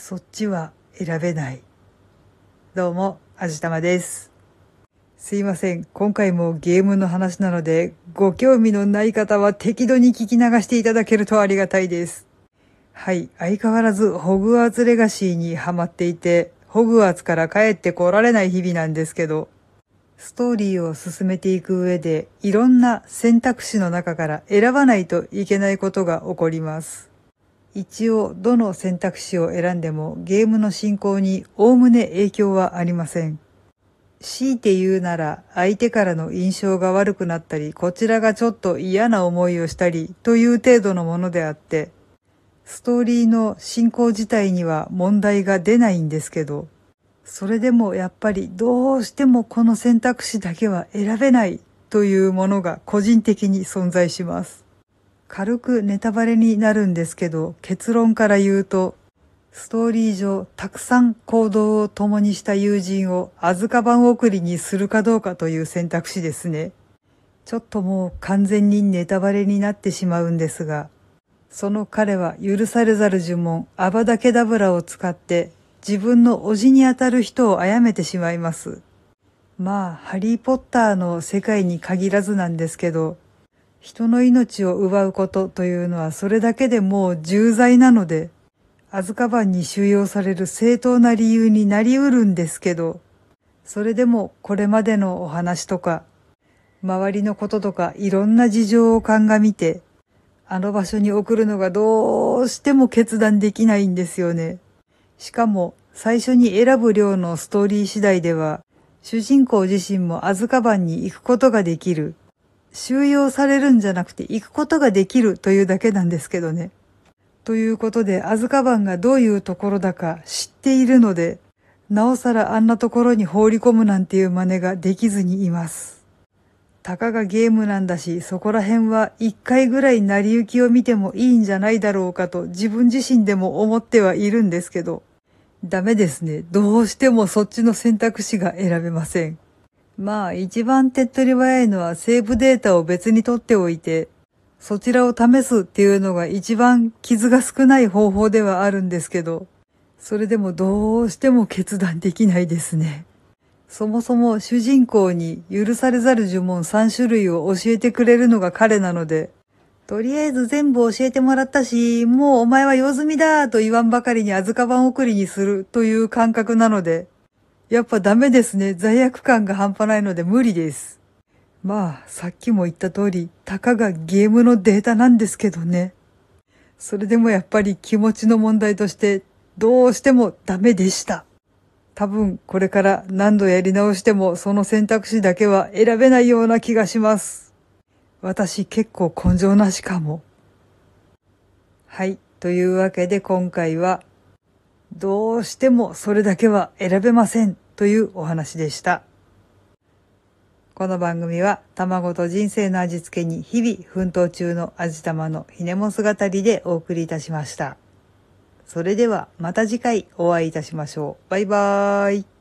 そっちは選べない。どうも、あじたまです。すいません。今回もゲームの話なので、ご興味のない方は適度に聞き流していただけるとありがたいです。はい。相変わらずホグワーツレガシーにハマっていて、ホグワーツから帰ってこられない日々なんですけど、ストーリーを進めていく上で、いろんな選択肢の中から選ばないといけないことが起こります。一応どの選択肢を選んでもゲームの進行におおむね影響はありません。強いて言うなら相手からの印象が悪くなったり、こちらがちょっと嫌な思いをしたりという程度のものであって、ストーリーの進行自体には問題が出ないんですけど、それでもやっぱりどうしてもこの選択肢だけは選べないというものが個人的に存在します。軽くネタバレになるんですけど、結論から言うと、ストーリー上たくさん行動を共にした友人をアズカバン送りにするかどうかという選択肢ですね。ちょっともう完全にネタバレになってしまうんですが、その彼は許されざる呪文アバダケダブラを使って自分の叔父にあたる人を殺めてしまいます。まあ、ハリーポッターの世界に限らずなんですけど、人の命を奪うことというのはそれだけでもう重罪なので、アズカバンに収容される正当な理由になりうるんですけど、それでもこれまでのお話とか、周りのこととかいろんな事情を鑑みて、あの場所に送るのがどうしても決断できないんですよね。しかも最初に選ぶ量のストーリー次第では、主人公自身もアズカバンに行くことができる。収容されるんじゃなくて行くことができるというだけなんですけどね。ということで、アズカバンがどういうところだか知っているので、なおさらあんなところに放り込むなんていう真似ができずにいます。たかがゲームなんだし、そこら辺は一回ぐらい成り行きを見てもいいんじゃないだろうかと自分自身でも思ってはいるんですけど、ダメですね。どうしてもそっちの選択肢が選べません。まあ一番手っ取り早いのはセーブデータを別に取っておいて、そちらを試すっていうのが一番傷が少ない方法ではあるんですけど、それでもどうしても決断できないですね。そもそも主人公に許されざる呪文3種類を教えてくれるのが彼なので、とりあえず全部教えてもらったし、もうお前は用済みだと言わんばかりにアズカバン送りにするという感覚なので、やっぱダメですね。罪悪感が半端ないので無理です。まあ、さっきも言った通り、たかがゲームのデータなんですけどね。それでもやっぱり気持ちの問題として、どうしてもダメでした。多分これから何度やり直してもその選択肢だけは選べないような気がします。私結構根性なしかも。はい。というわけで今回は、どうしてもそれだけは選べませんというお話でした。この番組は卵と人生の味付けに日々奮闘中の味玉のひねも姿でお送りいたしました。それではまた次回お会いいたしましょう。バイバーイ。